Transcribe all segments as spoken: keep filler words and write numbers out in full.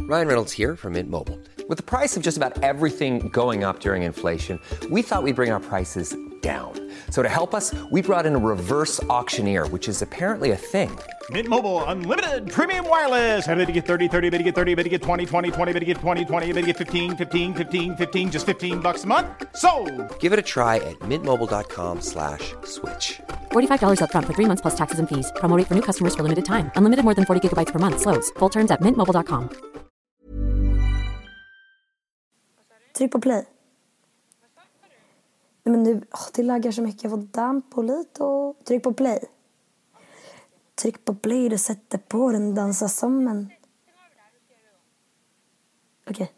Ryan Reynolds here from Mint Mobile. With the price of just about everything going up during inflation, we thought we'd bring our prices down. So to help us, we brought in a reverse auctioneer, which is apparently a thing. Mint Mobile Unlimited Premium Wireless. How to get thirty, thirty, how to get thirty, how to get twenty, twenty, twenty, how to get twenty, twenty, how to get fifteen, fifteen, fifteen, fifteen, just fifteen bucks a month? Sold! Give it a try at mintmobile.com slash switch. forty-five dollars up front for three months plus taxes and fees. Promo rate for new customers for limited time. Unlimited more than forty gigabytes per month. Slows full terms at mint mobile dot com. Tryck på play. Nej, men nu, oh, det laggar så mycket. Jag får damp på lite och tryck på play. Tryck på play och sätter på den, dansa som en... Okej. Okay.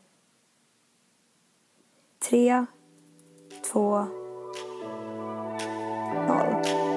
Tre, två, noll.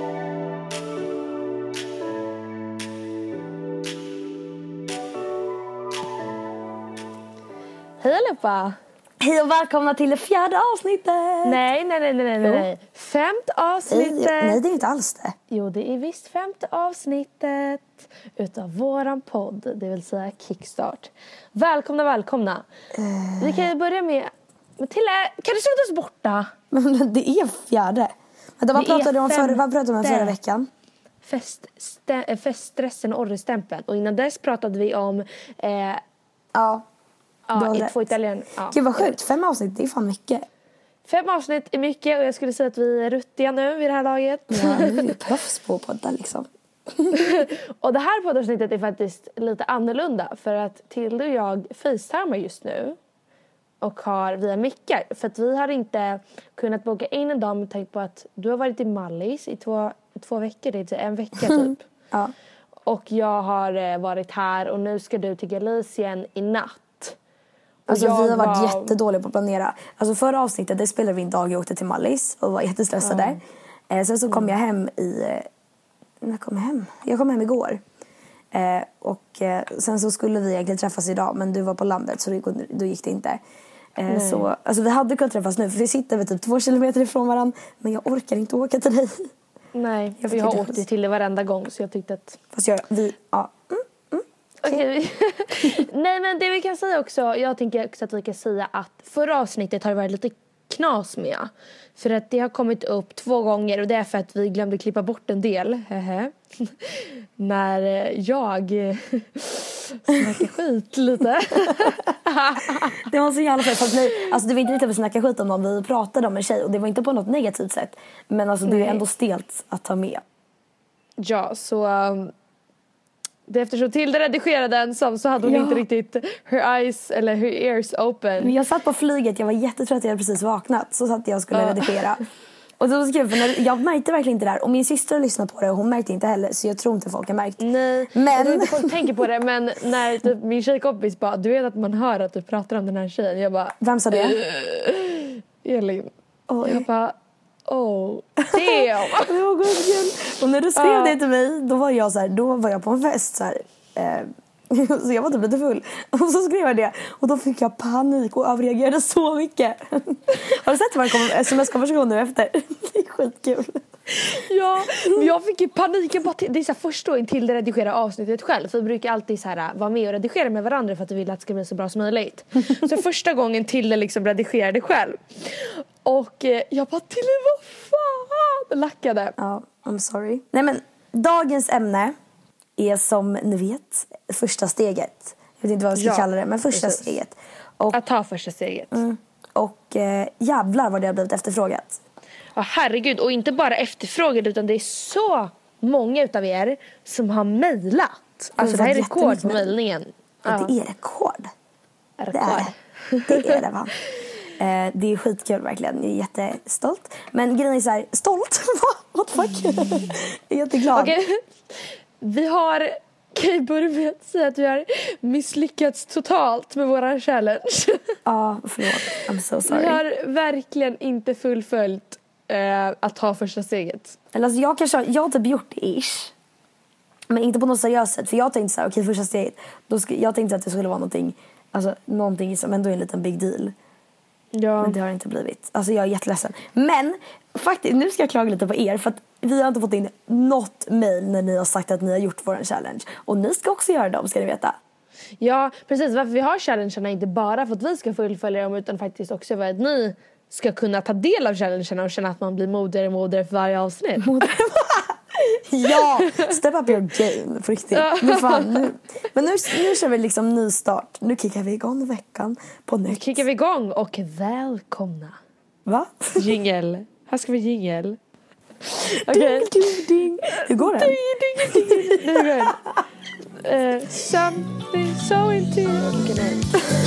Hej allihopa! Hej och välkomna till det fjärde avsnittet! Nej, nej, nej, nej, nej, nej. Femte avsnittet! Nej, nej, det är inte alls det. Jo, det är visst femte avsnittet utav våran podd, det vill säga Kickstart. Välkomna, välkomna! Uh... Vi kan ju börja med... Men till, kan du sluta oss borta? Men det är fjärde. Men vad pratade du om förra, vad pratade om förra veckan? Fest, stä, feststressen och orrestämpeln. Och innan dess pratade vi om... Eh, ja. Ja, i två italienare. Ja. Gud vad sjukt, fem avsnitt, det är fan mycket. Fem avsnitt är mycket och jag skulle säga att vi är ruttiga nu vid det här laget. Ja, nu är vi proffs på poddar liksom. Och det här poddavsnittet är faktiskt lite annorlunda. För att Tilde och jag facetimar just nu. Och har via mickar. För att vi har inte kunnat boka in en dag med tanke på att du har varit i Mallis i två, två veckor. Det är en vecka typ. Ja. Och jag har varit här och nu ska du till Galicien i natt. Alltså vi har varit var... jättedåliga på att planera. Alltså förra avsnittet, det spelade vi en dag. Jag åkte till Mallis och var jättestressad mm. där. Eh, sen så kom mm. jag hem i... Eh, när kom jag hem? Jag kom hem igår. Eh, och eh, sen så skulle vi egentligen träffas idag. Men du var på landet så det, då gick det inte. Eh, så, alltså vi hade kunnat träffas nu. För vi sitter väl typ två kilometer ifrån varandra. Men jag orkar inte åka till dig. Nej, jag, jag har åkt det till det varenda gång. Så jag tyckte att... Fast jag, vi... Ja. Mm. Okay. Nej, men det vi kan säga också, jag tänker också att vi kan säga att förra avsnittet har det varit lite knas med. För att det har kommit upp två gånger och det är för att vi glömde klippa bort en del. När jag snackar skit lite. Det var så jävla fett. Alltså det var inte lite att snacka skit om någon vi pratade om en tjej och det var inte på något negativt sätt. Men alltså det är ändå stelt att ta med. Ja, så... Um... Det eftersom Tilde redigerade den så, så hade hon ja. inte riktigt her eyes eller her ears open. Men jag satt på flyget, jag var jättetrött, jag hade precis vaknat. Så satt jag och skulle ja. redigera. Och det var så kul, för när, jag märkte verkligen inte det här. Och min syster har lyssnat på det och hon märkte inte heller. Så jag tror inte folk har märkt. Nej, men... jag tror inte folk tänker på det. Men när typ, min tjejkompis bara, du vet att man hör att du pratar om den här tjejen. Jag bara... Vem sa det? Uh, Elin. Oj. Jag bara... Oh, damn. Det var gott kul. Och när du skrev uh. det till mig, då var jag så här, då var jag på en fest så här, eh, så jag var typ lite full. Och så skrev jag det och då fick jag panik och avreagerade så mycket. Har du sett vad det kom sms-konversation nu efter? Det är skitkul. Ja, men jag fick ju panik. Jag bara, det är så här, första gången till det redigera avsnittet själv. För vi brukar alltid så här, vara med och redigera med varandra för att vi vill att det ska bli så bra som möjligt. Så första gången till det liksom redigerade själv. Och eh, jag bara, till det vad fan lackade. Ja, I'm sorry. Nej men, dagens ämne är som ni vet första steget. Jag vet inte vad jag ska ja, kalla det, men första precis. steget. Och, att ta första steget. Mm, och eh, jävlar vad det har blivit efterfrågat. Ja, herregud. Och inte bara efterfrågat utan det är så många utav er som har mejlat. Alltså det här är rekord på mejlningen. Ja, ja. Det är rekord. rekord. Det är det. Det är det va. Eh, det är skitkul verkligen. Jag är jättestolt. Men grejen är så här, stolt? What the fuck? Jag är jätteglad. Okay. Vi har, kan jag börja med att säga att vi har misslyckats totalt med våra challenge. Ja, förlåt. I'm so sorry. Vi har verkligen inte fullföljt eh, att ta första steget. Eller alltså jag kanske, jag har typ gjort det ish. Men inte på något seriöst sätt. För jag tänkte så här, okej okay, första steget. Då ska, jag tänkte att det skulle vara någonting, alltså någonting som ändå är en liten big deal. Ja. Men det har det inte blivit. Alltså jag är jätteledsen. Men faktiskt, nu ska jag klaga lite på er. För att vi har inte fått in något mejl när ni har sagt att ni har gjort våran challenge. Och ni ska också göra dem, ska ni veta. Ja, precis. Varför vi har challengerna inte bara för att vi ska fullfölja dem utan faktiskt också för att ni ska kunna ta del av challengerna och känna att man blir modigare och modigare för varje avsnitt. Ja, step up your game för riktigt. Men fan, nu, men nu, nu kör vi liksom ny start. Nu kickar vi igång veckan på nytt. Nu kickar vi igång och välkomna. Va? Jingle. Här ska vi jingle. Okej. Ding, ding, ding. Hur går den? Ding, ding, ding, ding. Hur går den? Uh, something so into you. Okej, nej.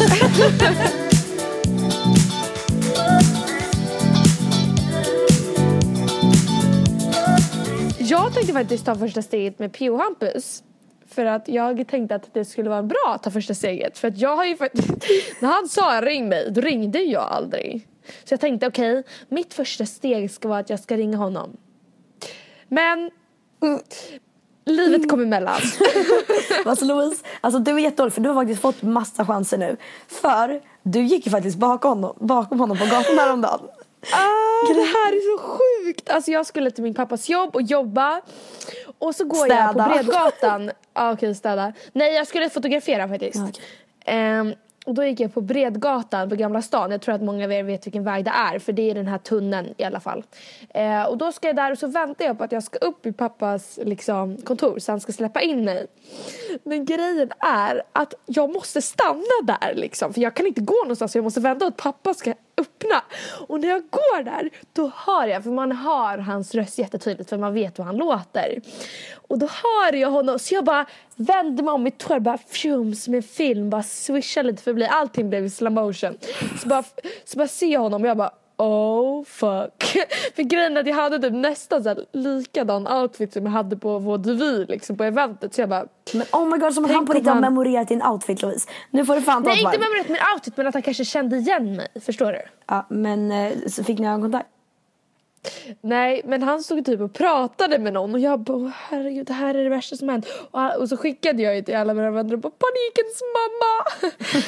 Jag tänkte faktiskt ta första steget med P O Hampus. För att jag tänkte att det skulle vara bra att ta första steget. För att jag har ju faktiskt... När han sa ring mig, då ringde jag aldrig. Så jag tänkte okej, okay, mitt första steg ska vara att jag ska ringa honom. Men... Mm, livet kom emellan. Alltså Louise, alltså du är jättedålig för du har faktiskt fått massa chanser nu. För du gick ju faktiskt bakom honom, bakom honom på gatan häromdagen. Ah, det här är så sjukt. Alltså jag skulle till min pappas jobb och jobba. Och så går städa. Jag på Bredgatan. ah, Okej, okay, städa. Nej, jag skulle fotografera faktiskt. Ja, okay. um, Och då gick jag på Bredgatan på Gamla stan. Jag tror att många av er vet vilken väg det är. För det är den här tunneln i alla fall. Eh, och då ska jag där och så väntar jag på att jag ska upp i pappas liksom, kontor. Så han ska släppa in mig. Men grejen är att jag måste stanna där liksom. För jag kan inte gå någonstans. Så jag måste vänta att pappa ska öppna. Och när jag går där, då hör jag. För man hör hans röst jättetydligt. För man vet hur han låter. Och då hör jag honom. Så jag bara vände mig om mitt tår. Bara fjum som en film. Bara swishar lite förbi. Allting blev i slow motion. Så bara, så bara ser jag honom. Och jag bara oh fuck. För grejen är att jag hade typ nästan så här likadan outfit som jag hade på vår duvy liksom på eventet. Så jag bara men oh my god, som att han på riktigt har memorerat din outfit, Louise. Nu får du fan ta nej, inte memorerat min outfit, men att han kanske kände igen mig. Förstår du? Ja, men så fick ni ögonkontakt? Nej, men han stod typ och pratade med någon. Och jag bara, herregud, det här är det värsta som hänt. Och, och så skickade jag ju till alla mina vänner på panikens mamma.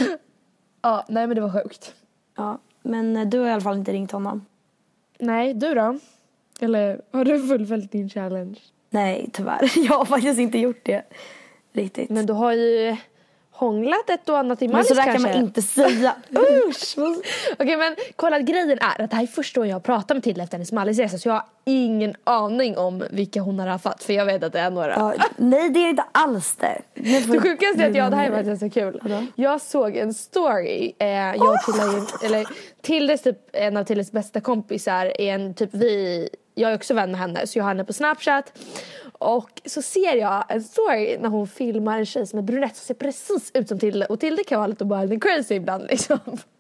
Ja, nej men det var sjukt. Ja, men du har i alla fall inte ringt honom. Nej, du då? Eller har du fullföljt din challenge? Nej, tyvärr. Jag har faktiskt inte gjort det riktigt. Men du har ju hånglat ett och annat i Mallis kanske. Men så där kan man inte säga. Usch. Okej, okay, men kolla, grejen är att det här är första gången jag pratar med till efter hennes Mallis-resa. Så jag har ingen aning om vilka hon har haft. För jag vet att det är några. Ja, nej, det är inte alls det. Får... Det sjukaste är att jag, det här är faktiskt så kul. Ja, jag såg en story. Eh, jag och Tilde, eller Tildes typ, en av Tildes bästa kompisar är en typ vi... Jag är också vän med henne, så jag har henne på Snapchat. Och så ser jag en story när hon filmar en tjej som är brunett som ser precis ut som Tilde. Och Tilde kan vara lite bara en crazy ibland liksom.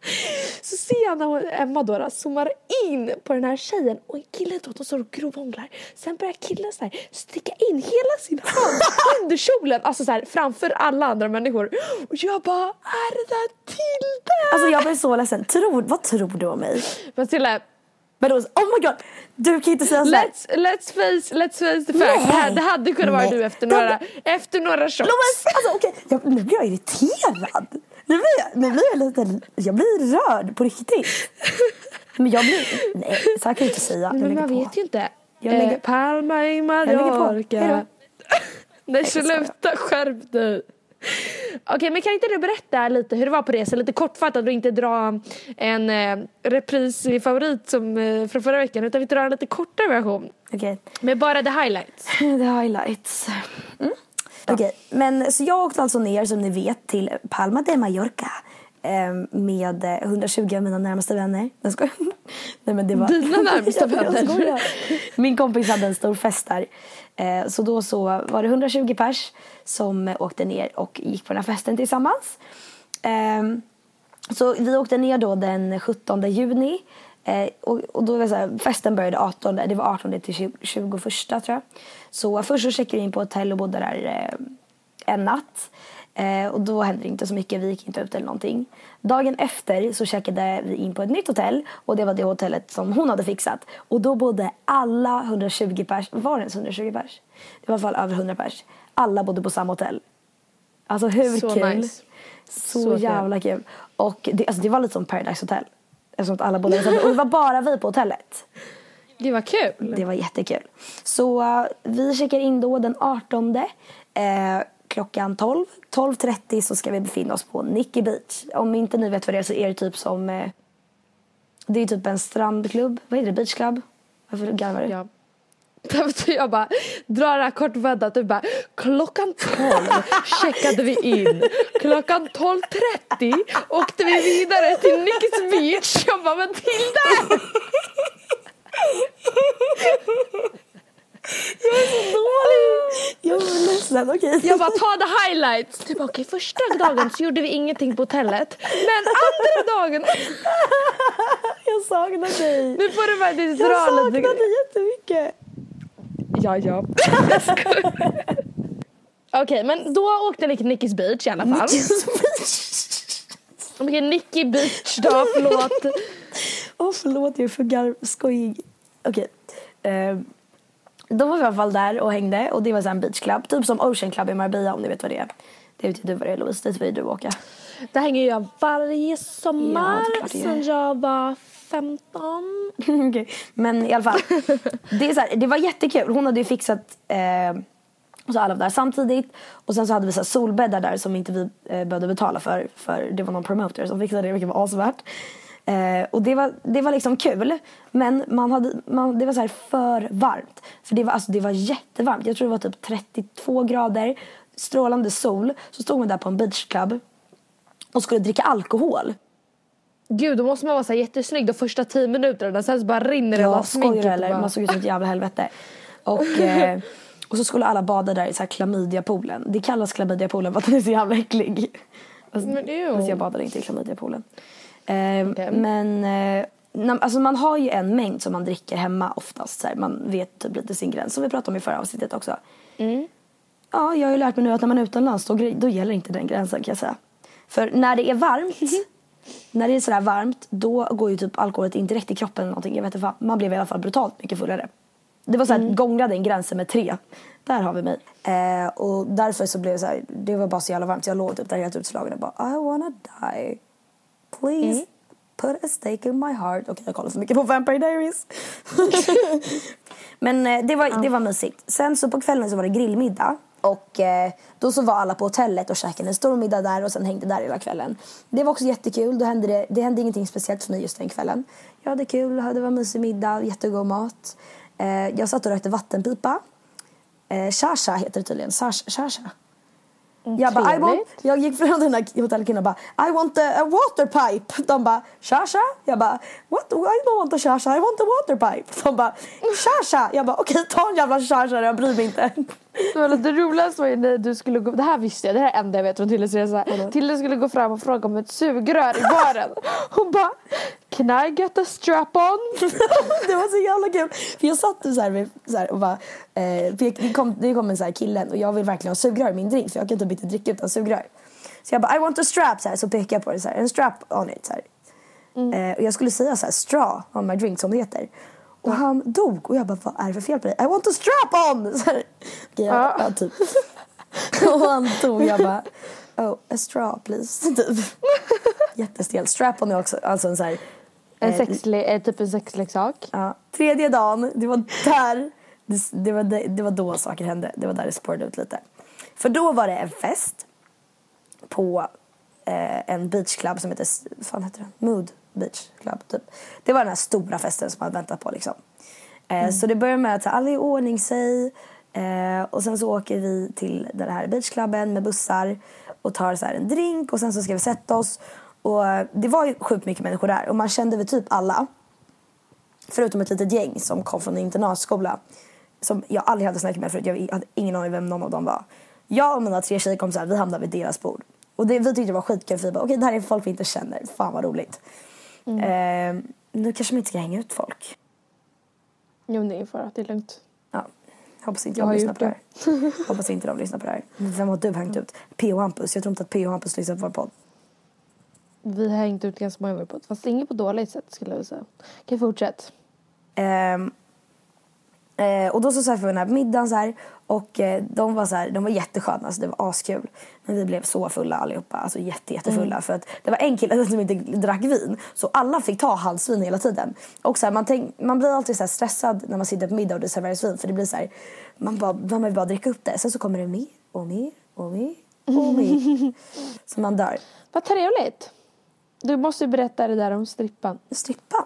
Så ser jag när hon, Emma då, då zoomar in på den här tjejen. Och killen då, de står och grovhånglar. Sen börjar killen så här sticka in hela sin hand under kjolen. Alltså så här framför alla andra människor. Och jag bara, är det där Tilde? Alltså jag blir så ledsen. Tror, vad tror du om mig? Men Tilde... Men då, oh my god, du kan inte säga så här. Let's, let's, face, let's face the fact. Det, här, det hade kunnat vara du efter några, efter några shots. Alltså, okay. jag, nu blir jag irriterad. Nu blir jag, nu blir jag lite, jag blir rörd på riktigt. Men jag blir, nej, så här kan jag inte säga. Men man på. vet ju inte. Jag lägger, eh, Palma i Mallorca. Nej, sluta, skärp dig. Okej, okay, men kan inte du berätta lite hur det var på resan? Lite kortfattat och inte dra en eh, repris i favorit som eh, från förra veckan. Utan vi drar en lite kortare version. Okej. Okay. Med bara the highlights. The highlights. Mm. Okej, okay. Men så jag åkte alltså ner som ni vet till Palma de Mallorca. Med hundratjugo av mina närmaste vänner. Jag ska... Nej, men det var... Dina närmaste vänner? Min kompis hade en stor fest där. Så då så var det hundratjugo pers som åkte ner och gick på den här festen tillsammans. Så vi åkte ner då den sjuttonde juni. Och då var så här, festen började artonde. Det var artonde till tjugoförsta tror jag. Så först så checkade vi in på hotell och bodde där en natt. Eh, och då hände det inte så mycket, vi gick inte ut eller någonting. Dagen efter så checkade vi in på ett nytt hotell. Och det var det hotellet som hon hade fixat. Och då bodde alla hundratjugo pers. Var det ens hundratjugo pers? Det var i alla fall över hundra pers. Alla bodde på samma hotell. Alltså hur så kul? Nice. Så, så jävla kul. Och det, alltså, det var lite som Paradise Hotel. Eftersom att alla bodde och det var bara vi på hotellet. Det var kul. Det var jättekul. Så uh, vi checkar in då den artonde. Eh, klockan tolv. tolv trettio så ska vi befinna oss på Nikki Beach. Om inte ni vet vad det är så är det typ som... Eh, det är typ en strandklubb. Vad heter det? Beachclub? Varför garvar du? Ja. Jag bara drar det här kortväddat. Du bara, klockan tolv checkade vi in. Klockan tolv trettio åkte vi vidare till Nickis Beach. Jag bara, men till där! Jag är så dålig. Jag är ledsen, okej. Jag bara, ta the highlights. Du bara, okej, första dagen så gjorde vi ingenting på hotellet. Men andra dagen... Jag saknar dig. Nu får du faktiskt dra Jag saknar lite. dig jättemycket. Ja, ja. Okej, okay, men då åkte ni till Nickis Beach i alla fall. Nickis Beach. Okej, okay, Nikki Beach då, förlåt. Åh, oh, förlåt, jag är för gar- skojig. Okej. Okay. Uh, då var vi i alla fall där och hängde. Och det var så en beachclub. Typ som Ocean Club i Marbella, om ni vet vad det är. Det vet ju du vad det är, Louise. Det vill du åka. Där hänger jag varje sommar ja, sen jag var femton. Okay. Men i alla fall, det, är så här, det var jättekul. Hon hade ju fixat eh, så alla där samtidigt. Och sen så hade vi så här solbäddar där som inte vi eh, behövde betala för. För det var någon promoter som fixade det, vilket var asvärt. Eh, och det var, det var liksom kul. Men man hade, man, det var så här för varmt. För det var, alltså, det var jättevarmt. Jag tror det var typ trettiotvå grader. Strålande sol. Så stod man där på en beachclub och skulle dricka alkohol. Gud, då måste man vara så här jättesnygg de första tio minuterna. Sen så bara rinner det ja, hela sminket. Eller bara... man såg ut som ett jävla helvete. Och, eh, och så skulle alla bada där i så här klamydiapoolen. Det kallas klamydiapoolen för att den är så jävla äcklig. Fast, fast jag badade inte i klamydiapoolen. Eh, okay. Men eh, alltså man har ju en mängd som man dricker hemma oftast. Så här, man vet typ lite sin gräns. Som vi pratade om i förra avsnittet också. Mm. Ja, jag har ju lärt mig nu att när man är utomlands då, då gäller inte den gränsen, kan jag säga. För när det är varmt, när det är sådär varmt, då går ju typ alkoholet in direkt i kroppen eller någonting. Jag vet inte, man blev i alla fall brutalt mycket fullare. Det var såhär, mm. gångrade en gränsen med tre. Där har vi mig. Eh, och därför så blev det såhär, det var bara så jävla varmt. Jag låg typ där helt utslagen och bara, I wanna die. Please mm. put a stake in my heart. Okej, okay, jag kollar för mycket på Vampire Diaries. Men eh, det, var, ja. det var mysigt. Sen så på kvällen så var det grillmiddag. Och eh, då så var alla på hotellet och käkade en stor middag där och sen hängde där hela kvällen. Det var också jättekul. Då hände det, det hände ingenting speciellt för mig just den kvällen. Jag hade kul, det var mysig middag, jättegod mat. Eh, jag satt och rökte vattenpipa. Eh, Shasha heter det tydligen. Shasha. Mm, jag, bara, I want, jag gick fram till den här hotellkvinnan och bara I want a, a waterpipe. De bara, Shasha? Jag bara, what? I don't want a Shasha, I want a waterpipe. De bara, Shasha? Jag bara, okej, okay, ta en jävla Shasha, jag bryr mig inte. Det roligaste var ju när du skulle gå, det här visste jag, det här är enda jag vet från Tilles resa. Mm. Tilde skulle gå fram och fråga om ett sugrör i baren. Hon bara, can I get a strap on? Det var så jävla kul. För jag satt så här, så här och bara, eh, det, kom, det kom en så här killen och jag vill verkligen ha sugrör i min drink. För jag kan typ inte dricka utan sugrör. Så jag bara, I want a strap, så, här, så pekade jag på det så här, en strap on it. Så här. Mm. Eh, och jag skulle säga så här, straw on my drink som det heter. Och han dog. Och jag bara, vad är det för fel på dig? I want to strap on! Så här. Okay, jag, ja. Ja, typ. Och han dog. Jag bara, oh, a straw please. Typ. Jättestel. Strap on är också alltså en så här... En eh, sexle- typ en sexleksak. Ja. Tredje dagen, det var där... Det, det, var, det, det var då saker hände. Det var där det spårade ut lite. För då var det en fest på eh, en beachclub som heter... Vad fan heter det? Mood Beach Club, typ. Det var den här stora festen som man hade väntat på liksom. Eh, mm. Så det börjar med att alla i ordning sig. Eh, och sen så åker vi till den här beachklubben med bussar. Och tar så här en drink. Och sen så ska vi sätta oss. Och det var ju sjukt mycket människor där. Och man kände väl typ alla. Förutom ett litet gäng som kom från en internatskola. Som jag aldrig hade snackat med förut. Jag hade ingen aning vem någon av dem var. Jag och mina tre tjejkompisar, vi hamnade vid deras bord. Och det, vi tyckte det var skitkul. För vi bara, okej, det här är folk vi inte känner. Fan vad roligt. Mm. Eh, nu kanske man inte ska hänga ut folk. Jo, det är för att det är lugnt. Ja, hoppas inte de lyssnar på det här. Hoppas inte de lyssnar på det här. Vem har du hängt ut? P O Hampus. Jag tror inte att P O Hampus lyssnar på vår podd. Vi har hängt ut ganska många i vår podd. Fast inget på dåligt sätt skulle jag säga. Okej, fortsätt. Um, Eh, och då så satt vi den här middagen så här, och eh, de var så här, de var jättesköna, alltså det var askul. Men vi blev så fulla allihopa, alltså jätte, jättefulla. Mm. För att det var en kille som inte drack vin. Så alla fick ta halsvin hela tiden. Och så här, man, tänk, man blir alltid så här stressad när man sitter på middag och det serveras vin. För det blir så här, man, bara, man vill bara dricka upp det. Sen så kommer det mer och mer och me, och me. Så man dör. Vad trevligt. Du måste ju berätta det där om strippan. Strippan?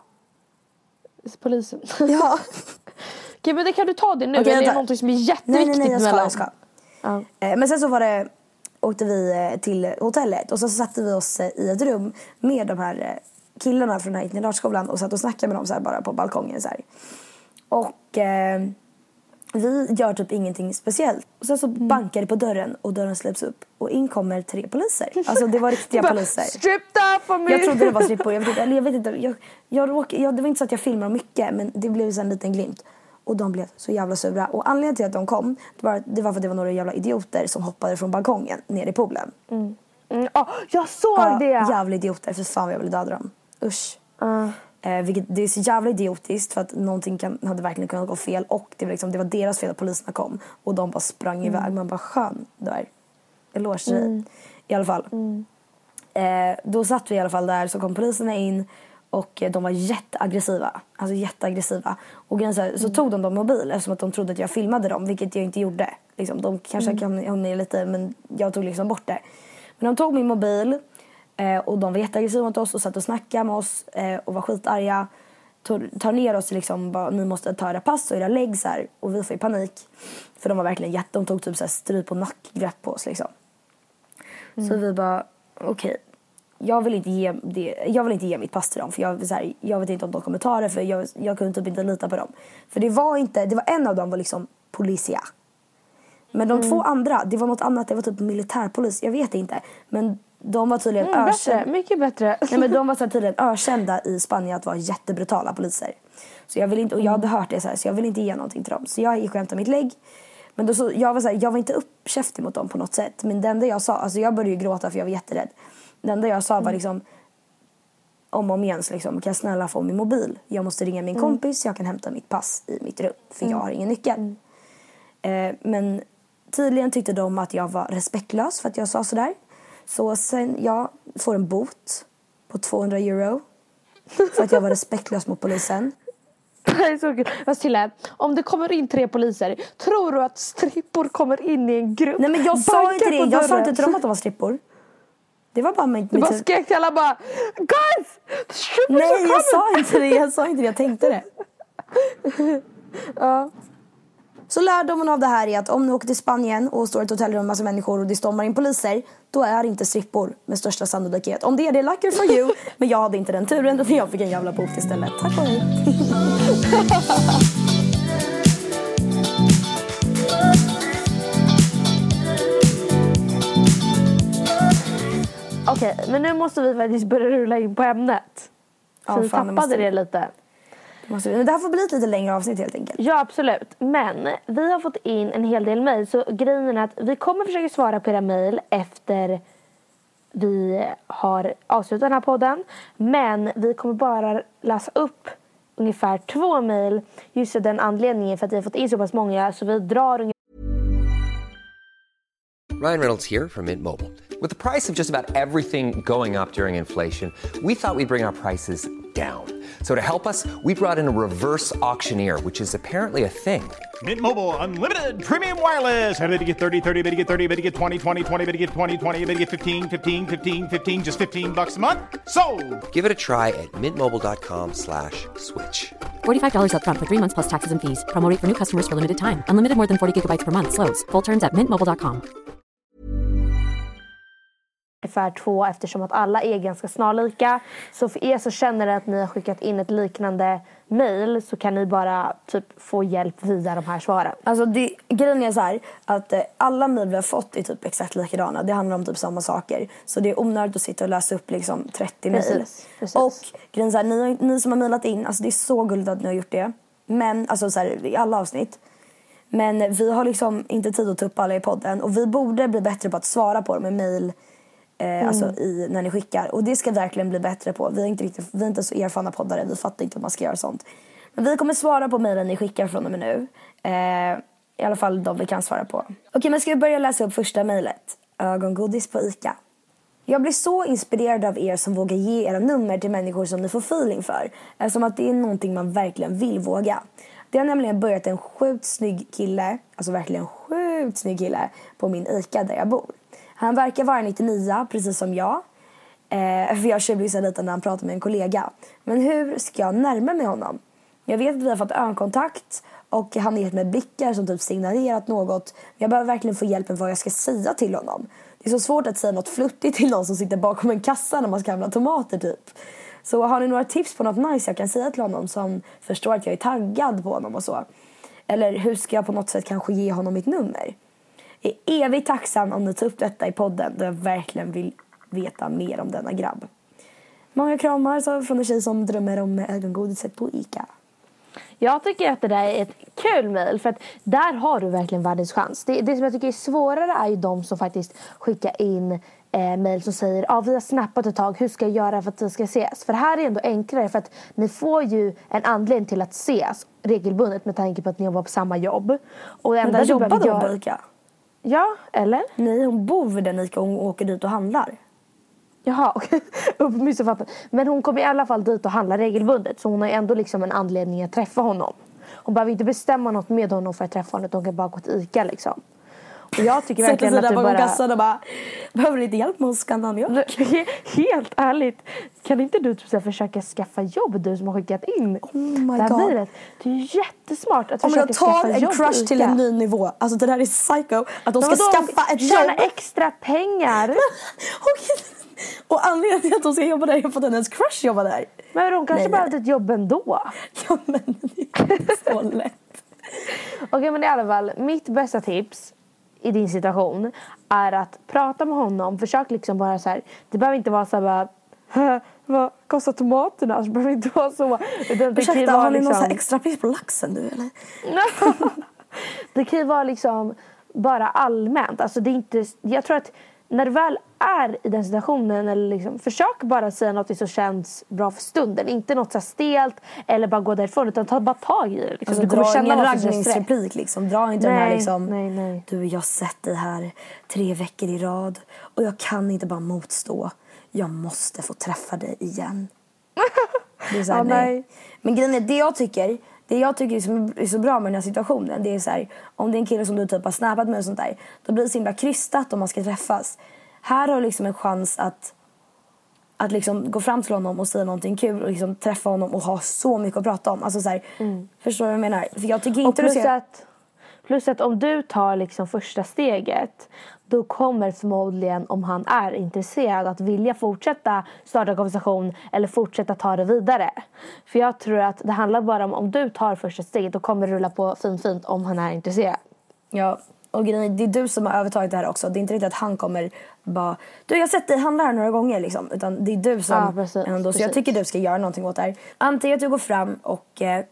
Polisen. Ja. Okej, men det kan du ta det nu. Okej, eller är det tar... något som är jätteviktigt? Nej, nej, nej, jag ska, mellan? jag ska. Ja. Men sen så var det, åkte vi till hotellet. Och så satte vi oss i ett rum med de här killarna från den här internatskolan. Och satt och snackade med dem så här bara på balkongen så här. Och eh, vi gör typ ingenting speciellt. Och sen så mm. bankar det på dörren och dörren släpps upp. Och in kommer tre poliser. Alltså det var riktiga poliser. Stripped up for me. Jag trodde det var strippor. Jag vet inte, eller jag vet inte jag, jag råk, jag, det var inte så att jag filmade dem mycket. Men det blev så en liten glimt. Och de blev så jävla sura. Och anledningen till att de kom, det var, det var för att det var några jävla idioter som hoppade från balkongen ner i poolen. Mm. Mm. Oh, jag såg ja, det! Jävla idioter, för fan vad jag ville döda dem. Usch. Uh. Eh, vilket, det är så jävla idiotiskt för att någonting kan, hade verkligen kunnat gå fel. Och det var, liksom, det var deras fel att poliserna kom. Och de bara sprang mm. iväg. Man bara skön där. Eloge till dig. Mm. I alla fall. Mm. Eh, då satt vi i alla fall där, så kom poliserna in. Och de var jätteaggressiva. Alltså jätteaggressiva. Och så, här, så mm. tog de dem mobil. Eftersom att de trodde att jag filmade dem. Vilket jag inte gjorde. Liksom, de kanske mm. kan hålla ner lite. Men jag tog liksom bort det. Men de tog min mobil. Eh, och de var jätteaggressiva mot oss. Och satt och snackade med oss. Eh, och var skitarga. Tar, tar ner oss liksom. Bara, ni måste ta era pass och era lägg så här. Och vi får i panik. För de var verkligen jätte. De tog typ så här stryp och nackgrepp på oss liksom. Mm. Så vi bara. Okej. Okay. Jag vill inte ge det, jag vill inte ge mitt pass till dem, för jag så här, jag vet inte om de kommer ta det, för jag jag kunde typ inte lita på dem. För det var inte, det var en av dem var liksom polisia. Men de mm. två andra, det var något annat, det var typ militärpolis, jag vet inte, men de var tydligen mm, ökända. Bättre, mycket bättre. Nej, men de var så här tydligen ökända i Spanien att vara jättebrutala poliser. Så jag vill inte, och jag hade hört det så här, så jag vill inte ge någonting till dem. Så jag gick och hämtade mitt lägg. Men då så, jag var så här, jag var inte uppkäftig mot dem på något sätt, men det enda jag sa, alltså jag började ju gråta för jag var jätterädd. Det enda jag sa var liksom om och om igen så liksom, kan jag snälla få min mobil? Jag måste ringa min mm. kompis, jag kan hämta mitt pass i mitt rum, för mm. jag har ingen nyckel. Mm. Eh, men tydligen tyckte de att jag var respektlös för att jag sa sådär. Så sen jag får en bot på tvåhundra euro för att jag var respektlös mot polisen. Det är så kul. Fast till om det kommer in tre poliser, tror du att strippor kommer in i en grupp? Nej, men jag sa inte det, jag sa inte till dem att de var strippor. Det var bara min... Du bara skrek till alla bara guys! Nej, jag sa inte det. Jag sa inte det. Jag tänkte det. Ja. Så lärdomen av det här är att om du åker till Spanien och står i ett hotellrum med massa människor och det stormar in poliser, då är det inte strippor med största sannolikhet. Om det är det, lucky for you. Men jag hade inte den turen, utan jag fick en jävla bot istället. Tack för mig. Okej, okay, men nu måste vi faktiskt börja rulla in på ämnet. Så ja, vi fan, tappade det, måste... det lite. Det, måste... men det här får bli ett lite längre avsnitt helt enkelt. Ja, absolut. Men vi har fått in en hel del mejl. Så grejen är att vi kommer försöka svara på era mejl efter vi har avslutat den här podden. Men vi kommer bara läsa upp ungefär två mejl. Just av den anledningen, för att vi har fått in så pass många. Så vi drar ungefär... Ryan Reynolds here from Mint Mobile. With the price of just about everything going up during inflation, we thought we'd bring our prices down. So to help us, we brought in a reverse auctioneer, which is apparently a thing. Mint Mobile Unlimited Premium Wireless. How to get thirty, thirty, how to get thirty, how to get twenty, twenty, twenty, how to get twenty, twenty, how to get fifteen, fifteen, fifteen, fifteen, just fifteen bucks a month? Sold! Give it a try at mintmobile.com slash switch. forty-five dollars up front for three months plus taxes and fees. Promo rate for new customers for limited time. Unlimited more than forty gigabytes per month. Slows full terms at mint mobile dot com. Ungefär två, eftersom att alla är ganska snarlika. Så för er så känner att ni har skickat in ett liknande mejl, så kan ni bara typ få hjälp via de här svaren. Alltså det, grejen är så här att eh, alla mejl vi har fått är typ exakt likadana. Det handlar om typ samma saker. Så det är onödigt att sitta och läsa upp liksom trettio mejl. Och grejen är så här, ni, ni som har mejlat in, alltså det är så gulligt att ni har gjort det. Men alltså så här, i alla avsnitt. Men vi har liksom inte tid att ta upp alla i podden. Och vi borde bli bättre på att svara på dem med mejl. Eh, mm. Alltså i, när ni skickar. Och det ska verkligen bli bättre på. Vi är inte, riktigt, vi är inte så erfarna poddare. Vi fattar inte hur man ska göra sånt. Men vi kommer svara på mejlen ni skickar från och med nu. Eh, I alla fall de vi kan svara på. Okej, okay, men ska vi börja läsa upp första mejlet. Ögongodis på Ica. Jag blir så inspirerad av er som vågar ge era nummer till människor som ni får feeling för. Som att det är någonting man verkligen vill våga. Det har nämligen börjat en sjukt snygg kille. Alltså verkligen sjukt sjukt snygg kille på min ICA där jag bor. Han verkar vara nittionio, precis som jag. Eh, för jag tjuvlyssnar lite när han pratar med en kollega. Men hur ska jag närma mig honom? Jag vet att vi har fått ögonkontakt och han har gett mig blickar som typ signalerat något. Jag behöver verkligen få hjälp med vad jag ska säga till honom. Det är så svårt att säga något fluttigt till någon som sitter bakom en kassa när man ska handla tomater typ. Så har ni några tips på något nice jag kan säga till honom som förstår att jag är taggad på honom och så? Eller hur ska jag på något sätt kanske ge honom mitt nummer? Jag är evigt tacksam om ni tar upp detta i podden då jag verkligen vill veta mer om denna grabb. Många kramar så från en tjej som drömmer om ögongodiset på ICA. Jag tycker att det där är ett kul mejl, för att där har du verkligen världens chans. Det, det som jag tycker är svårare är ju de som faktiskt skickar in eh, mejl som säger ja, ah, vi har snappat ett tag, hur ska jag göra för att vi ska ses? För det här är ändå enklare för att ni får ju en anledning till att ses regelbundet med tanke på att ni jobbar på samma jobb. Och det enda Men där du jobbar göra... på ICA? Ja, eller? Nej, hon bor vid den ICA och hon åker dit och handlar. Jaha, okej. Okay. Men hon kommer i alla fall dit och handlar regelbundet. Så hon har ändå liksom en anledning att träffa honom. Hon behöver inte bestämma något med honom för att träffa honom. Hon kan bara gå till ICA liksom. Och jag tycker verkligen att du bara... kassan och bara... Behöver du lite hjälp med att skanna mjölk? Helt ärligt. Kan inte du typ försöka skaffa jobb, du som har skickat in? Oh my det god. Det. det är jättesmart att Om försöka jag skaffa tar en jobb crush till en ny nivå. Alltså det där är psycho. Att de ska skaffa ett tjäna jobb. extra pengar. Och anledningen till att de ska jobba där är för att hennes crush jobbar där. Men de kanske nej, behövde ett jobb ändå. Ja, men det är så lätt. Okej, okay, men i alla fall, mitt bästa tips i din situation är att prata med honom. Försök liksom bara så här. Det behöver inte vara så här bara, vad kostar tomaterna? Alltså, det behöver inte vara så. Utan det Ursäkta, kan vara har ni liksom... någon så här extra pris på laxen du eller? Det kan ju vara liksom bara allmänt. Alltså det är inte, jag tror att när du väl är i den situationen eller liksom, försök bara säga något som känns bra för stunden. Inte något så här stelt eller bara gå därifrån, utan ta bara tag i det. Liksom. Alltså, du kommer dra känna ingen vad som raggningsreplik liksom. Dra inte nej, den här liksom. Nej, nej. Du, jag har sett dig här tre veckor i rad och jag kan inte bara motstå. Jag måste få träffa dig igen. Det är så här, ja, nej. nej. Men grejen är, det jag tycker Det jag tycker är så, är så bra med den här situationen, det är så här, om det är en kille som du typ har snappat med och sånt där, då blir det så himla krystat om man ska träffas. Här har du liksom en chans att att liksom gå fram till honom och säga någonting kul och liksom träffa honom och ha så mycket att prata om. Alltså så här, mm. Förstår du vad jag menar? För jag tycker inte och plus, du ska... att, plus att om du tar liksom första steget, då kommer förmodligen, om han är intresserad, att vilja fortsätta starta konversation eller fortsätta ta det vidare. För jag tror att det handlar bara om, om du tar första steget, då kommer det rulla på fint fint om han är intresserad. Ja, och grejen, det är du som har övertagit det här också. Det är inte riktigt att han kommer bara, du jag har sett dig handla här några gånger liksom. Utan det är du som ja, precis, ändå, precis. så jag tycker du ska göra någonting åt det här. Antingen att du går fram och eh,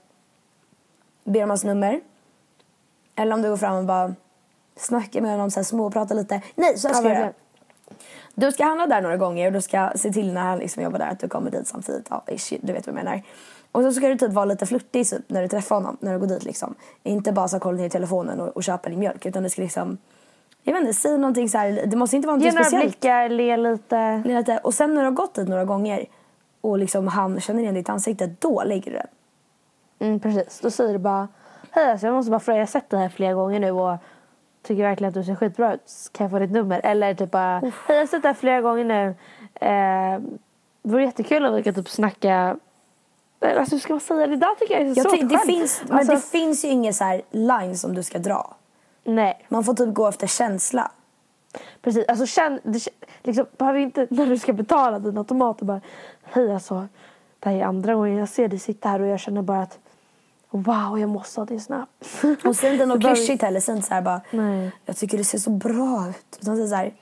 ber om hans nummer. Eller om du går fram och bara snackar med honom så här, små och pratar lite. Nej, så här ska jag göra. Du ska handla där några gånger och du ska se till när han liksom jobbar där att du kommer dit samtidigt. Ja, shit, du vet vad jag menar. Och så ska du typ vara lite flirtig när du träffar honom, när du går dit liksom. Inte bara så kolla ner telefonen och, och köpa din mjölk, utan du ska liksom, jag vet inte, säga någonting så här. Det måste inte vara något speciellt. Ge några blickar, le lite. le lite. Och sen när du har gått dit några gånger och liksom han känner igen ditt ansikte, då lägger du den. Mm, precis. Då säger du bara, hej alltså, jag måste bara fråga, jag har sett det här flera gånger nu och tycker verkligen att du ser skitbra ut. Kan jag få ditt nummer? Eller typ bara, hej jag har sett det här flera gånger nu. Eh, det vore jättekul om vi kan typ snacka. Alltså hur ska man säga det? Där tycker jag är så jag svårt. Det finns, men alltså, det finns ju ingen så här line som du ska dra. Nej. Man får typ gå efter känsla. Precis, alltså känn, det, liksom, behöver inte när du ska betala dina tomater bara, hej alltså, det här är andra gången jag ser dig sitta här och jag känner bara att wow, jag måste ha det snabbt. Och sen inte något klyschigt heller, sen så här bara, nej. Jag tycker det ser så bra ut. Utan så här,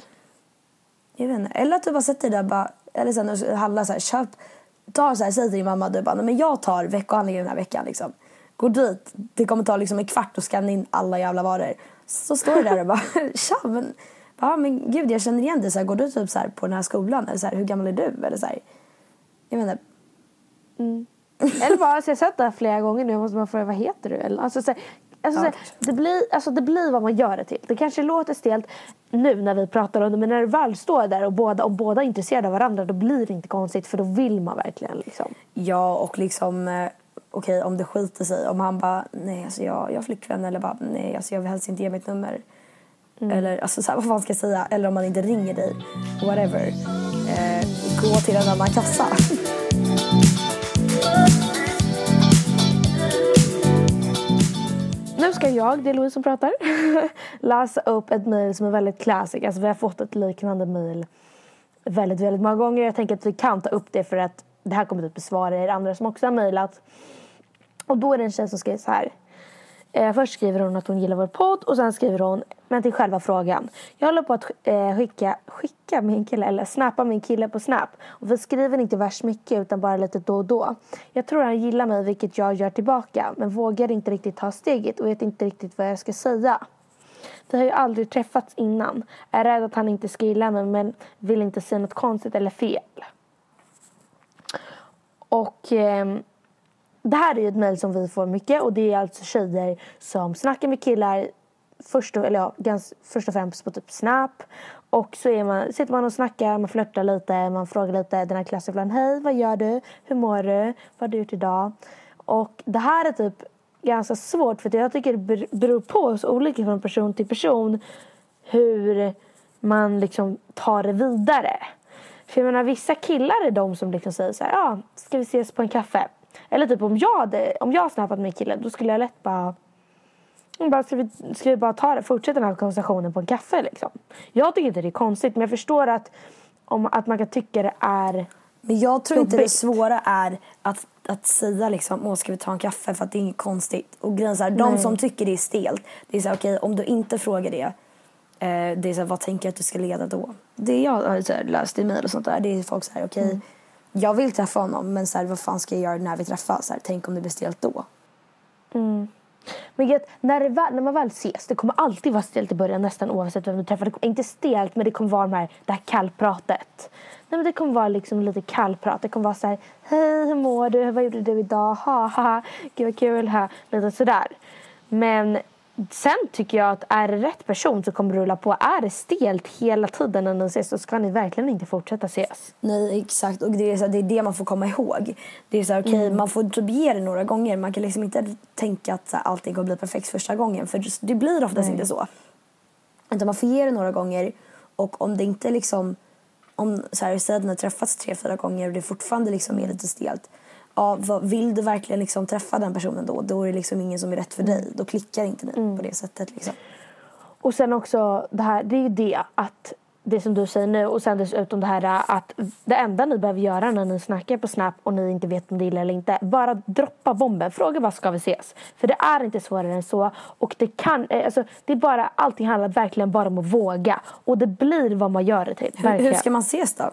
jag vet inte. Eller att du bara sätter dig där bara, eller sen när du handlar så här, köp, ta så här, säg till din mamma, du bara, nej, men jag tar veckohandlingen den här veckan liksom. Gå dit, det kommer ta liksom en kvart att scanna in alla jävla varor. Så står du där och bara, tja, men, bara, men gud, jag känner igen dig. Så här, går du typ så här på den här skolan? Eller så här, hur gammal är du? Eller så här, jag vet inte. Mm. Eller bara, alltså, jag har sett det här flera gånger nu, jag måste bara fråga, vad heter du? Eller, alltså, så här, alltså, ja, så här, det, blir, alltså, det blir vad man gör det till. Det kanske låter stelt nu när vi pratar om det, men när du väl står där och båda, och båda är intresserade av varandra, då blir det inte konstigt, för då vill man verkligen liksom. Ja, och liksom eh, okej, om det skiter sig, om han bara, nej alltså jag, jag har flickvän, eller bara, nej alltså jag vill helst inte ge mitt nummer. Mm. Eller alltså, så här, vad fan ska jag säga? Eller om man inte ringer dig. Whatever. Eh, gå till en annan kassa. Nu ska jag, det är Louise som pratar, läsa upp ett mejl som är väldigt classic. Alltså vi har fått ett liknande mejl väldigt, väldigt många gånger. Jag tänker att vi kan ta upp det för att det här kommer att besvara er andra som också har mejlat. Och då är det en tjej som skriver så här. Eh, först skriver hon att hon gillar vår podd och sen skriver hon, men till själva frågan. Jag håller på att eh, skicka, skicka min kille, eller snappa min kille på Snap. Och vi skriver inte värst mycket utan bara lite då och då. Jag tror han gillar mig, vilket jag gör tillbaka. Men vågar inte riktigt ta steget och vet inte riktigt vad jag ska säga. Vi har ju aldrig träffats innan. Är rädd att han inte ska gilla mig men vill inte säga något konstigt eller fel. Och... Eh, Det här är ju ett mejl som vi får mycket. Och det är alltså tjejer som snackar med killar först och, eller ja, ganska, först och främst på typ Snap. Och så är man, sitter man och snackar, man flörtar lite, man frågar lite den här klassen ibland. Hej, vad gör du? Hur mår du? Vad har du gjort idag? Och det här är typ ganska svårt för jag tycker det beror på så olika från person till person hur man liksom tar det vidare. För jag menar, vissa killar är de som liksom säger så här, ja, ska vi ses på en kaffe? Eller typ om jag hade, om jag snappat med killen, då skulle jag lätt bara, bara ska, vi, ska vi bara ta det, fortsätta den här konversationen på en kaffe liksom. Jag tycker inte det är konstigt, men jag förstår att, om, att man kan tycka det är. Men jag tror jobbigt. Inte det svåra är att, att säga liksom, åh ska vi ta en kaffe, för att det är inget konstigt. Och grejen så här, de som tycker det är stelt, det är så här, okej, om du inte frågar det, eh, det är så här, vad tänker jag att du ska leda då? Det jag har så här, läst i mejl och sånt där, det är folk så här, okej, mm. jag vill träffa honom, men så här, vad fan ska jag göra när vi träffas? Så här, tänk om det blir stelt då. Mm. Men vet, när, det väl, när man väl ses, det kommer alltid vara stelt i början, nästan oavsett vem du träffar. Det, inte stelt, men det kommer vara här, det här kallpratet. Nej, men det kommer vara liksom lite kallprat. Det kommer vara så här, hej, hur mår du? Vad gjorde du idag? Ha, ha, gud vad kul. Ha. Lite sådär. Men sen tycker jag att är det rätt person så kommer det rulla på. Är det stelt hela tiden när ni ses, så ska ni verkligen inte fortsätta ses. Nej, exakt. Och det är, så här, det, är det man får komma ihåg. Det är så här, okej, okay, mm. man får typ ge det några gånger. Man kan liksom inte tänka att så här, allting kommer bli perfekt första gången. För just, det blir oftast Nej. inte så. Utan man får ge det några gånger. Och om det inte liksom, om så här, säg att ni har träffats tre, fyra gånger och det fortfarande liksom är lite stelt. Ja, vad, vill du verkligen liksom träffa den personen då? Då är det liksom ingen som är rätt för dig. Då klickar inte ni mm. på det sättet liksom. Och sen också det här, det är ju det att det som du säger nu, och sen dessutom det här att det enda ni behöver göra när ni snackar på Snap och ni inte vet om det gillar eller inte, bara droppa bomben, fråga vad ska vi ses, för det är inte svårare än så. Och det kan, alltså det är bara, allting handlar verkligen bara om att våga, och det blir vad man gör det till. Hur, hur ska man ses då?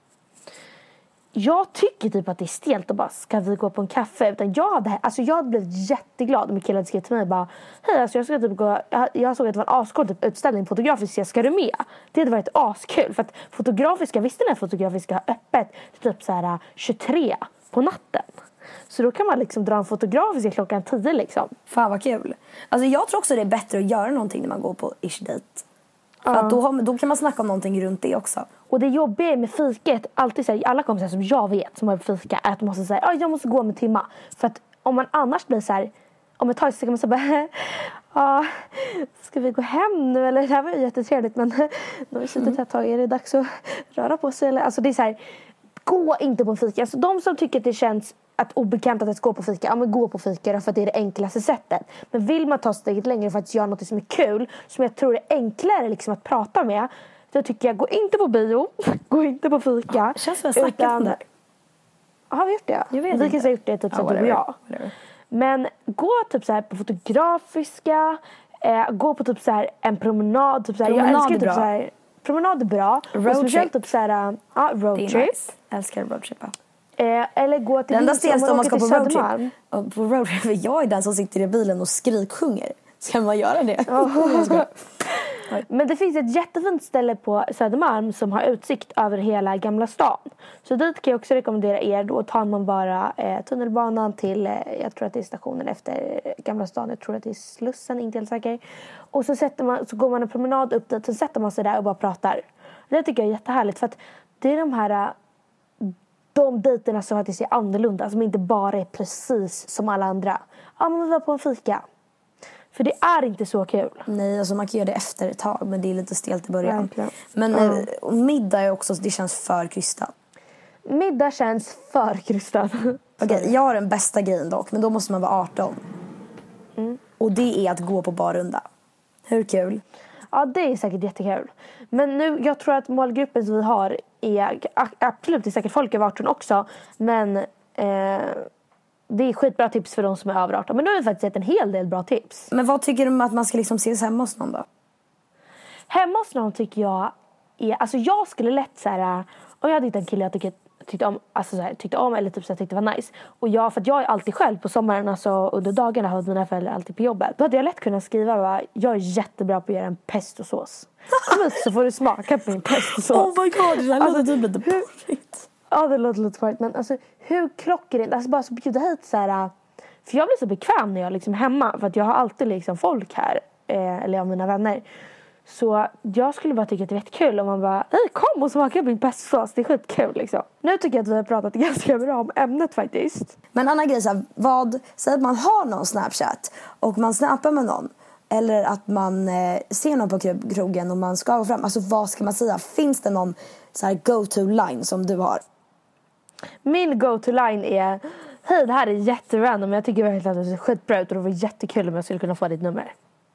Jag tycker typ att det är stelt och bara, ska vi gå på en kaffe? Utan jag hade, alltså jag hade blivit jätteglad om en kille hade skrivit till mig bara, hej, alltså jag ska typ gå, jag, jag såg att det var en ascool typ utställning fotografisk, ska du med? Det hade varit askul, för att fotografiska, visste ni att fotografiska har öppet typ så här tjugotre på natten? Så då kan man liksom dra en fotografisk klockan tio liksom. Fan vad kul. Alltså jag tror också det är bättre att göra någonting när man går på ish date. För Ja. att då, har, då kan man snacka om någonting runt det också. Och det jobbiga med fiket, alltid så här, alla kompisar som jag vet som har fika, är att man måste säga, ja, jag måste gå med Timma. För att om man annars blir så här, om ett tag så kan man säga bara, ja, ska vi gå hem nu? Eller det här var ju jättetrevligt, men nu har vi suttit här ett tag, är det dags att röra på sig? Eller? Alltså det är så här, gå inte på fika. Alltså de som tycker att det känns att obekant att gå på fika, ja men gå på fika då, för att det är det enklaste sättet. Men vill man ta steget längre för att göra något som är kul, som jag tror är enklare liksom att prata med, då tycker jag, gå inte på bio, gå inte på fika. Det känns som att jag snackat om det. Har vi gjort det? Jag vet vi inte. kan ha gjort det typ ja, så du och jag. Whatever. Men gå typ så här på fotografiska, eh, gå på typ så här en promenad, typ så här, promenad jag älskar är typ bra. så här, promenad är bra. Roadtrip. Typ så här, ja, roadtrip. Nice. Jag älskar roadtrip. Eh, eller gå till det enda Vis- stelsta om man ska på Södermalm. roadtrip. På roadtrip. Jag är den som sitter i bilen och skriksjunger. Ska man göra det? Oh. Men det finns ett jättefint ställe på Södermalm som har utsikt över hela Gamla stan. Så dit kan jag också rekommendera er. Då tar man bara eh, tunnelbanan till, eh, jag tror att det är stationen efter Gamla stan. Jag tror att det är Slussen, inte helt säker. Och så, sätter man, så går man en promenad upp dit. Så sätter man sig där och bara pratar. Det tycker jag är jättehärligt. För att det är de här, de dejterna som faktiskt är annorlunda. Som inte bara är precis som alla andra. Ja, men vi var på en fika. För det är inte så kul. Nej, alltså man kan göra det efter ett tag, men det är lite stelt i början. Verkligen. Men Mm. eh, middag är också, det känns för krystat. Middag känns för krystat. Okej, okay, jag har den bästa grejen dock, men då måste man vara arton. Mm. Och det är att gå på barrunda. Hur kul? Ja, det är säkert jättekul. Men nu, jag tror att målgruppen som vi har är absolut, det är säkert folk över arton också. Men eh, det är skitbra tips för de som är över arton. Men nu har vi faktiskt sett en hel del bra tips. Men vad tycker du om att man ska liksom ses hemma hos någon då? Hemma hos någon tycker jag är, alltså jag skulle lätt så här, om jag hade hittat en kille jag tyckte, tyckte om, alltså så här, tyckte om eller typ så här, tyckte var nice. Och jag, för att jag är alltid själv på sommaren, alltså under dagarna har mina föräldrar alltid på jobbet. Då hade jag lätt kunnat skriva, va, jag är jättebra på att göra en pestosås. Kom hit så får du smaka på min pestosås. Oh my god, det här alltså, låter typ lite porrigt. Ja, det låter lite porrigt, men alltså hur klockrent, alltså bara så bjuda hit så här, för jag blir så bekväm när jag är liksom hemma, för att jag har alltid liksom folk här, eh, eller av mina vänner. Så jag skulle bara tycka att det är kul om man bara, hej kom och smaka på min pestosås, det är skitkul liksom. Nu tycker jag att vi har pratat ganska bra om ämnet faktiskt. Men Anna grej, så här, vad, säg att man har någon Snapchat och man snappar med någon. Eller att man eh, ser någon på krogen och man ska gå fram. Alltså vad ska man säga? Finns det någon så här go-to-line som du har? Min go-to-line är, hej det här är jätterandom, men jag tycker verkligen att det är skitbra ut och det var jättekul om jag skulle kunna få ditt nummer.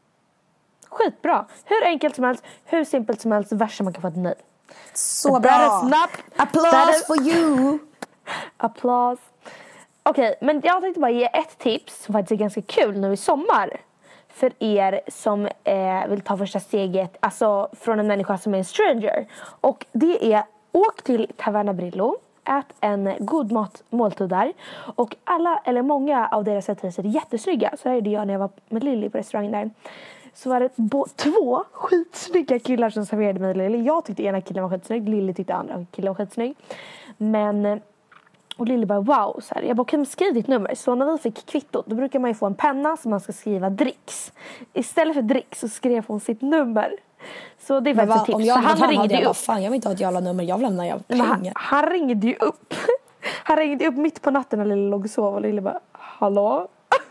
Skitbra. Hur enkelt som helst, hur simpelt som helst, värsta man kan få ett nej. Så bra. Applause for you. Applause. Okej, okay, men jag tänkte bara ge ett tips som faktiskt är ganska kul nu i sommar. För er som eh, vill ta första steget, alltså från en människa som är en stranger. Och det är, åk till Taverna Brillo, ät en god mat, måltid där. Och alla, eller många av deras rätter är jättesnygga. Så här är det jag när jag var med Lilly på restaurangen där. Så var det bo- två skitsnygga killar som serverade mig Lilly. Jag tyckte ena killen var skitsnygg, Lilly tyckte andra killen var skitsnygg. Men, och Lilly bara wow, så här. Jag bara, kan du skriva ditt nummer? Så när vi fick kvittot, då brukar man ju få en penna som man ska skriva dricks. Istället för dricks så skrev hon sitt nummer. Så det är faktiskt ett tips. Om jag han han ringde jag upp. Fan, jag vill inte ha ett jävla nummer, jag vill lämna jag pengar. Han, han ringde ju upp. Han ringde upp mitt på natten när Lilly låg och sov. Och Lilly bara, hallå?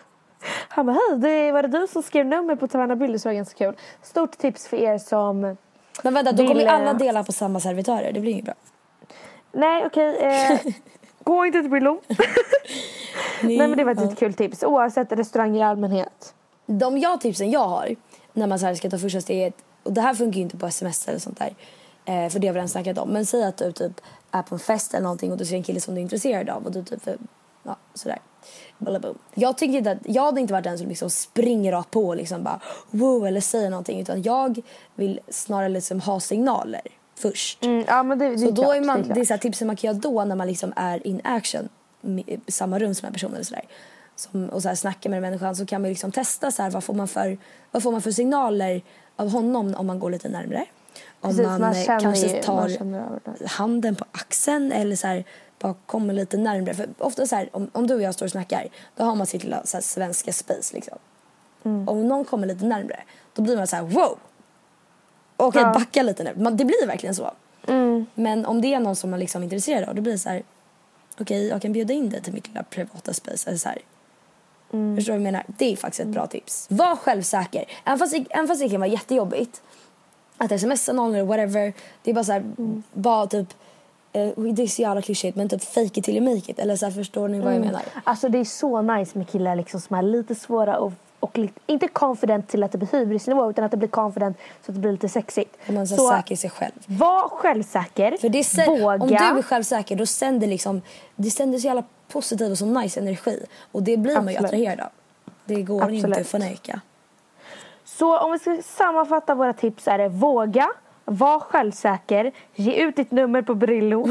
Han bara, hej, det var det du som skrev nummer på Taverna Brillo, så var det ganska kul. Stort tips för er som... Men vänta, då kommer ju alla dela på samma servitörer, det blir inget bra. Nej, okej. Okay, eh, gå inte till Brillo. Nej, men det var ett ja. kul tips, oavsett restauranger i allmänhet. De jag tipsen jag har, när man så här ska ta första steget, och det här funkar ju inte på sms eller sånt där, eh, för det har vi redan snackat om. Men säg att du typ är på en fest eller någonting och du ser en kille som du är intresserad av och du typ, ja, sådär. Jag tycker inte att jag hade inte varit den som liksom springer rakt på och liksom bara wow eller säger någonting, utan jag vill snarare liksom ha signaler först. Mm, ja, men det, det så är då klart, är man, det är, det är så här tips som man kan göra då när man liksom är in action i samma rum som en person eller sådär. Som, och så här snacka med människan, så kan man liksom testa så här, vad får man för vad får man för signaler av honom om man går lite närmare. Om precis, man, man kanske ju, tar man handen på axeln eller så här, bara kommer lite närmare. För ofta så här, om, om du och jag står och snackar, då har man sitt lilla så här, svenska space liksom. Mm. Om någon kommer lite närmare, då blir man så här wow. Okej, okay, ja. Backa lite nu. Man, det blir verkligen så. Mm. Men om det är någon som man liksom är intresserad av, då blir det så här, okej, okay, jag kan bjuda in dig till mitt lilla privata space eller så här. Mm. Förstår du vad jag menar? Det är faktiskt ett bra tips. Var självsäker. Även fast, även fast det kan vara jättejobbigt att smsa någon eller whatever. Det är bara så här, mm. bara typ Uh, det är så jävla klyschigt, men typ fake it till you make it. Eller så här, förstår ni vad jag mm. menar? Alltså det är så nice med killar liksom, som är lite svåra och, och lite, inte confident till att det blir hybrisnivå, utan att det blir confident så att det blir lite sexigt. Om man är så säker i sig själv. Var självsäker. För det är, våga. Om du är självsäker, då sänder liksom, det sänder så jävla positiv och så nice energi. Och det blir Absolut. Man ju attraherad av. Det går Absolut. Inte att förneka. Så om vi ska sammanfatta våra tips är det våga. Var självsäker. Ge ut ditt nummer på Brillo.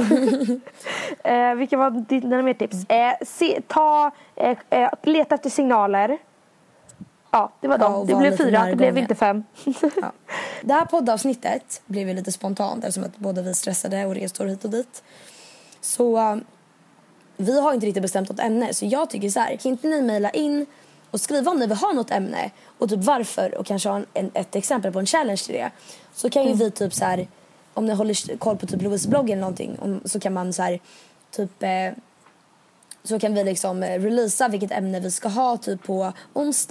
eh, vilka var dina mer tips? Eh, se, ta, eh, eh, leta efter signaler. Ja, det var dem. Ja, det blev fyra, det blev inte fem. Ja. Det här poddavsnittet blev ju lite spontant, eftersom att både vi stressade och resor hit och dit. Så uh, vi har inte riktigt bestämt något ämne. Så jag tycker så här, kan inte ni mejla in och skriva om ni vill ha något ämne och typ varför, och kanske ha en, en, ett exempel på en challenge till det. Så kan ju mm. vi typ så här, om ni håller koll på typ Louise blogg eller någonting, om, så kan man så här typ eh, så kan vi liksom releasa vilket ämne vi ska ha typ på onsdag.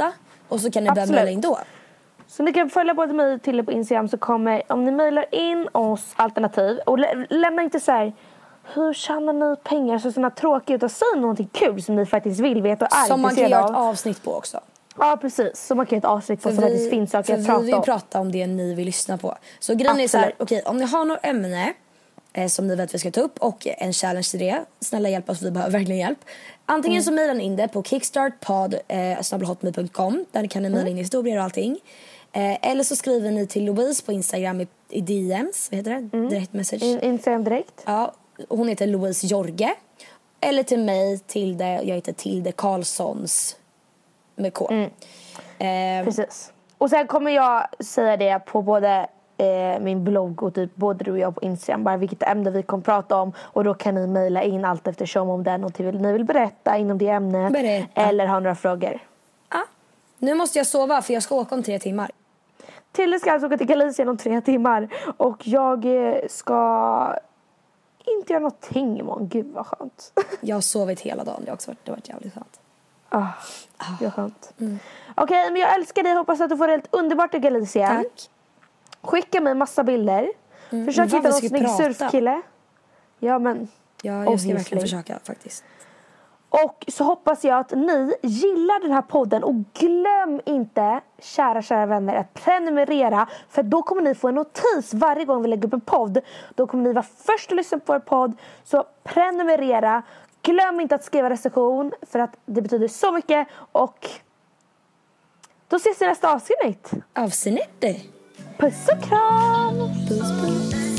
Och så kan ni börja mejla in då. Så ni kan följa både mig och Tilde på Instagram, så kommer, om ni mejlar in oss alternativ och lä- lämna inte så här: hur tjänar ni pengar? Så sådana tråkiga, utan säg någonting kul som ni faktiskt vill veta och är som man kan göra ett av. avsnitt på också. Ja, precis. Så man kan göra ett avsnitt på som faktiskt finns saker att prata om. Vi vill prata om det ni vill lyssna på. Så grejen är så här, okej, okay, om ni har något ämne eh, som ni vet vi ska ta upp och en challenge till det, snälla hjälp oss, vi behöver verkligen hjälp. Antingen mm. så mejlar ni in det på kickstartpod eh, snabel-a hotmail punkt com, där kan ni mejla in historier och allting. Eh, eller så skriver ni till Louise på Instagram i, i D Ms, vad heter det? Mm. Direkt message. In, Instagram direkt. Ja, hon heter Louise Jorge. Eller till mig, Tilde, jag heter Tilde Karlssons med K. Mm. Eh, Precis. Och sen kommer jag säga det på både eh, min blogg och typ både du och jag på Instagram, bara vilket ämne vi kommer prata om, och då kan ni mejla in allt eftersom om det är något ni vill berätta inom det ämnet berätta. Eller ha några frågor. Ja. Nu måste jag sova för jag ska åka om tre timmar. Tilde ska alltså åka till Galicien om tre timmar och jag ska inte göra någonting imorgon. Gud vad skönt. Jag har sovit hela dagen, det har också varit, det har varit jävligt skönt. Ah, det var skönt. Mm. Okej, okay, men jag älskar dig. Hoppas att du får det helt underbart i Galicien. Tack. Skicka mig massa bilder. Mm. Försök hitta någon snygg surfkille. Ja, men ja, jag obviously. ska verkligen försöka faktiskt. Och så hoppas jag att ni gillar den här podden. Och glöm inte, kära, kära vänner, att prenumerera. För då kommer ni få en notis varje gång vi lägger upp en podd. Då kommer ni vara först att lyssna på vår podd. Så prenumerera. Glöm inte att skriva recension, för att det betyder så mycket. Och då ses vi i nästa avsnitt. Avsnitt. Puss och kram. Puss, puss.